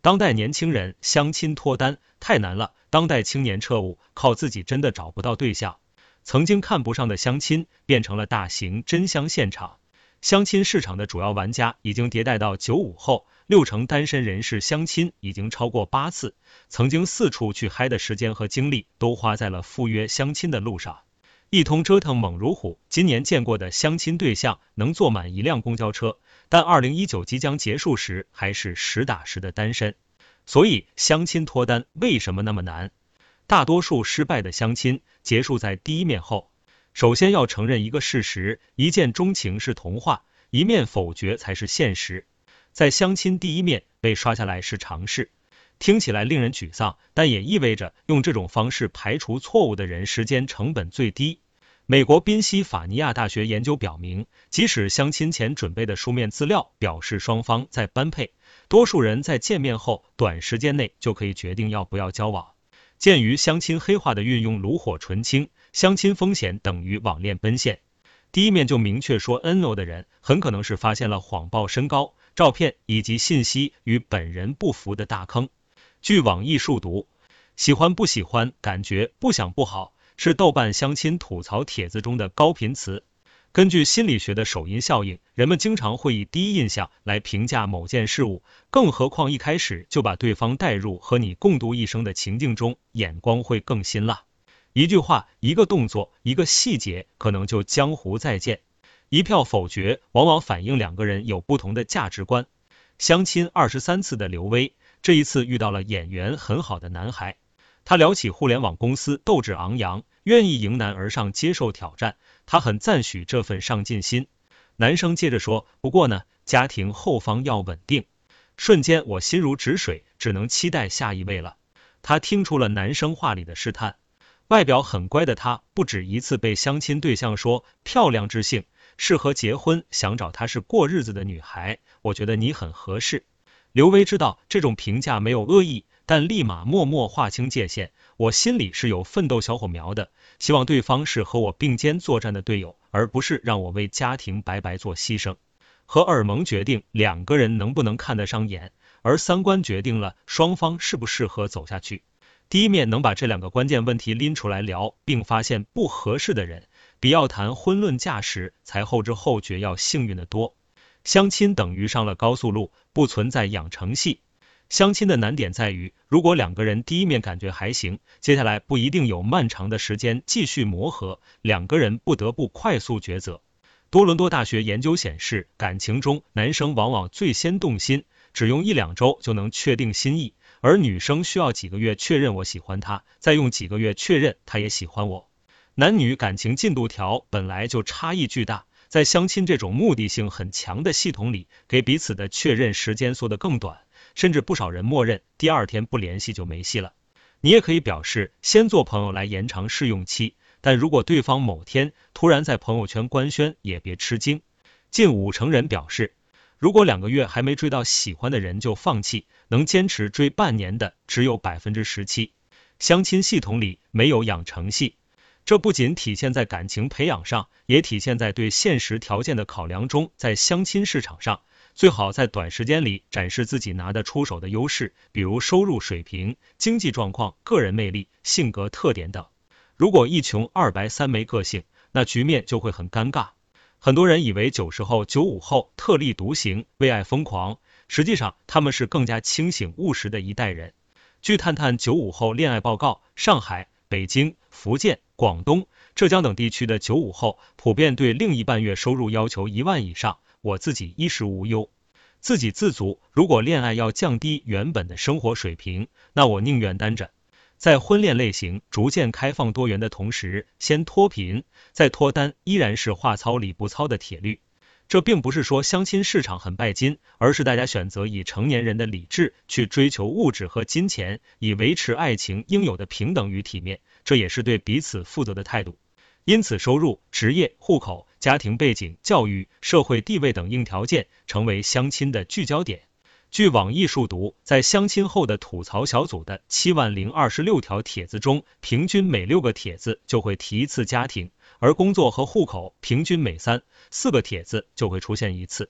当代年轻人相亲脱单太难了，当代青年彻悟，靠自己真的找不到对象。曾经看不上的相亲变成了大型真香现场。相亲市场的主要玩家已经迭代到95后，6成单身人士相亲已经超过8次，曾经四处去嗨的时间和精力都花在了赴约相亲的路上。一通折腾猛如虎，今年见过的相亲对象能坐满一辆公交车，但2019即将结束时还是实打实的单身。所以相亲脱单为什么那么难？大多数失败的相亲结束在第一面后。首先要承认一个事实，一见钟情是童话，一面否决才是现实。在相亲第一面被刷下来是常事，听起来令人沮丧，但也意味着用这种方式排除错误的人时间成本最低。美国宾夕法尼亚大学研究表明，即使相亲前准备的书面资料表示双方在般配，多数人在见面后短时间内就可以决定要不要交往。鉴于相亲黑话的运用炉火纯青，相亲风险等于网恋奔现。第一面就明确说 NO 的人，很可能是发现了谎报身高、照片以及信息与本人不符的大坑。据网易数独，喜欢不喜欢，感觉不想不好，是豆瓣相亲吐槽帖子中的高频词。根据心理学的首因效应，人们经常会以第一印象来评价某件事物，更何况一开始就把对方带入和你共度一生的情境中，眼光会更辛辣。一句话，一个动作，一个细节，可能就江湖再见。一票否决，往往反映两个人有不同的价值观。相亲23次的刘薇，这一次遇到了眼缘很好的男孩。他聊起互联网公司斗志昂扬，愿意迎难而上接受挑战，他很赞许这份上进心。男生接着说，不过呢，家庭后方要稳定。瞬间我心如止水，只能期待下一位了。他听出了男生话里的试探。外表很乖的他，不止一次被相亲对象说漂亮知性，适合结婚，想找她是过日子的女孩，我觉得你很合适。刘薇知道这种评价没有恶意，但立马默默划清界限，我心里是有奋斗小火苗的，希望对方是和我并肩作战的队友，而不是让我为家庭白白做牺牲。荷尔蒙决定两个人能不能看得上眼，而三观决定了双方适不适合走下去。第一面能把这两个关键问题拎出来聊，并发现不合适的人，比要谈婚论嫁时才后知后觉要幸运的多。相亲等于上了高速路，不存在养成系。相亲的难点在于，如果两个人第一面感觉还行，接下来不一定有漫长的时间继续磨合，两个人不得不快速抉择。多伦多大学研究显示，感情中男生往往最先动心，只用1-2周就能确定心意，而女生需要几个月确认我喜欢他，再用几个月确认他也喜欢我。男女感情进度条本来就差异巨大，在相亲这种目的性很强的系统里，给彼此的确认时间缩得更短，甚至不少人默认第2天不联系就没戏了。你也可以表示先做朋友来延长试用期，但如果对方某天突然在朋友圈官宣，也别吃惊。近5成人表示，如果2个月还没追到喜欢的人就放弃，能坚持追半年的只有 17%。 相亲系统里没有养成系，这不仅体现在感情培养上，也体现在对现实条件的考量中。在相亲市场上，最好在短时间里展示自己拿得出手的优势，比如收入水平、经济状况、个人魅力、性格特点等。如果一穷二白三没个性，那局面就会很尴尬。很多人以为90后、95后特立独行，为爱疯狂，实际上他们是更加清醒务实的一代人。据探探95后恋爱报告，上海、北京、福建、广东、浙江等地区的95后普遍对另一半月收入要求1万以上，我自己衣食无忧，自给自足。如果恋爱要降低原本的生活水平，那我宁愿单着。在婚恋类型逐渐开放多元的同时，先脱贫再脱单依然是话糙理不糙的铁律。这并不是说相亲市场很拜金，而是大家选择以成年人的理智去追求物质和金钱，以维持爱情应有的平等与体面，这也是对彼此负责的态度。因此收入、职业、户口、家庭背景、教育、社会地位等硬条件成为相亲的聚焦点。据网易数独，在相亲后的吐槽小组的70026条帖子中，平均每6个帖子就会提一次家庭，而工作和户口平均每3-4个帖子就会出现一次。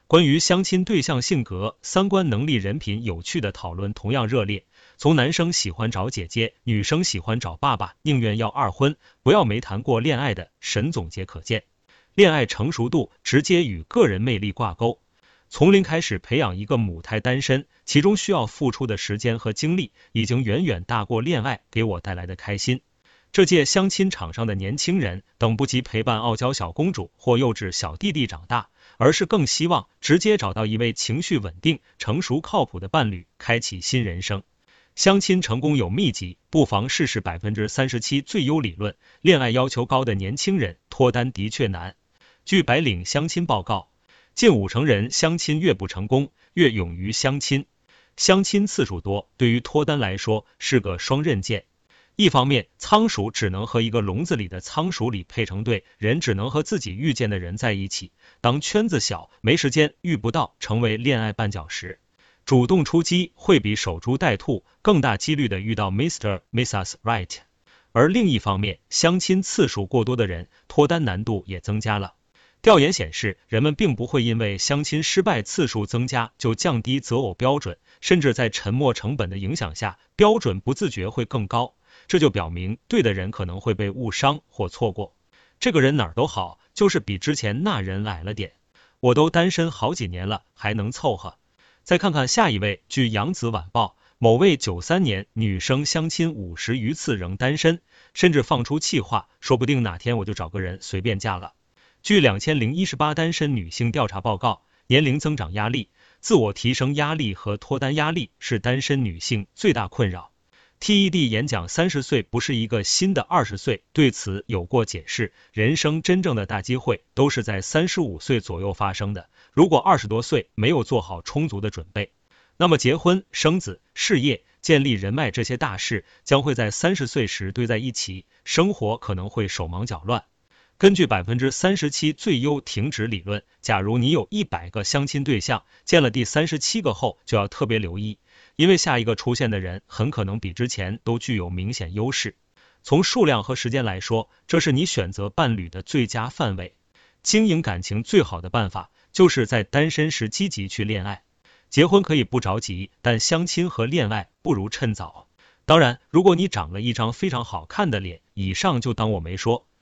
关于相亲对象性格、三观、能力、人品有趣的讨论同样热烈，从男生喜欢找姐姐，女生喜欢找爸爸，宁愿要二婚，不要没谈过恋爱的神总结可见。恋爱成熟度直接与个人魅力挂钩，从零开始培养一个母胎单身，其中需要付出的时间和精力已经远远大过恋爱给我带来的开心。这届相亲场上的年轻人等不及陪伴傲娇小公主或幼稚小弟弟长大，而是更希望直接找到一位情绪稳定、成熟靠谱的伴侣，开启新人生。相亲成功有秘籍，不妨试试37%最优理论。恋爱要求高的年轻人脱单的确难。据白领相亲报告，近50%人相亲越不成功，越勇于相亲。相亲次数多，对于脱单来说是个双刃剑。一方面，仓鼠只能和一个笼子里的仓鼠里配成对，人只能和自己遇见的人在一起。当圈子小，没时间遇不到，成为恋爱绊脚石。主动出击会比守株待兔更大几率的遇到 Mr.、Mrs. Right。而另一方面，相亲次数过多的人，脱单难度也增加了。调研显示，人们并不会因为相亲失败次数增加就降低择偶标准，甚至在沉没成本的影响下，标准不自觉会更高。这就表明对的人可能会被误伤或错过。这个人哪儿都好，就是比之前那人矮了点。我都单身好几年了，还能凑合。再看看下一位，据扬子晚报，某位93年女生相亲50余次仍单身，甚至放出气话，说不定哪天我就找个人随便嫁了。据2018单身女性调查报告，年龄增长压力、自我提升压力和脱单压力是单身女性最大困扰。TED 演讲30岁不是一个新的20岁，对此有过解释，人生真正的大机会都是在35岁左右发生的，如果20多岁没有做好充足的准备，那么结婚、生子、事业、建立人脉这些大事将会在30岁时堆在一起，生活可能会手忙脚乱。根据37%最优停止理论，假如你有100个相亲对象，见了第37个后就要特别留意，因为下一个出现的人很可能比之前都具有明显优势。从数量和时间来说，这是你选择伴侣的最佳范围。经营感情最好的办法，就是在单身时积极去恋爱。结婚可以不着急，但相亲和恋爱不如趁早。当然，如果你长了一张非常好看的脸，以上就当我没说。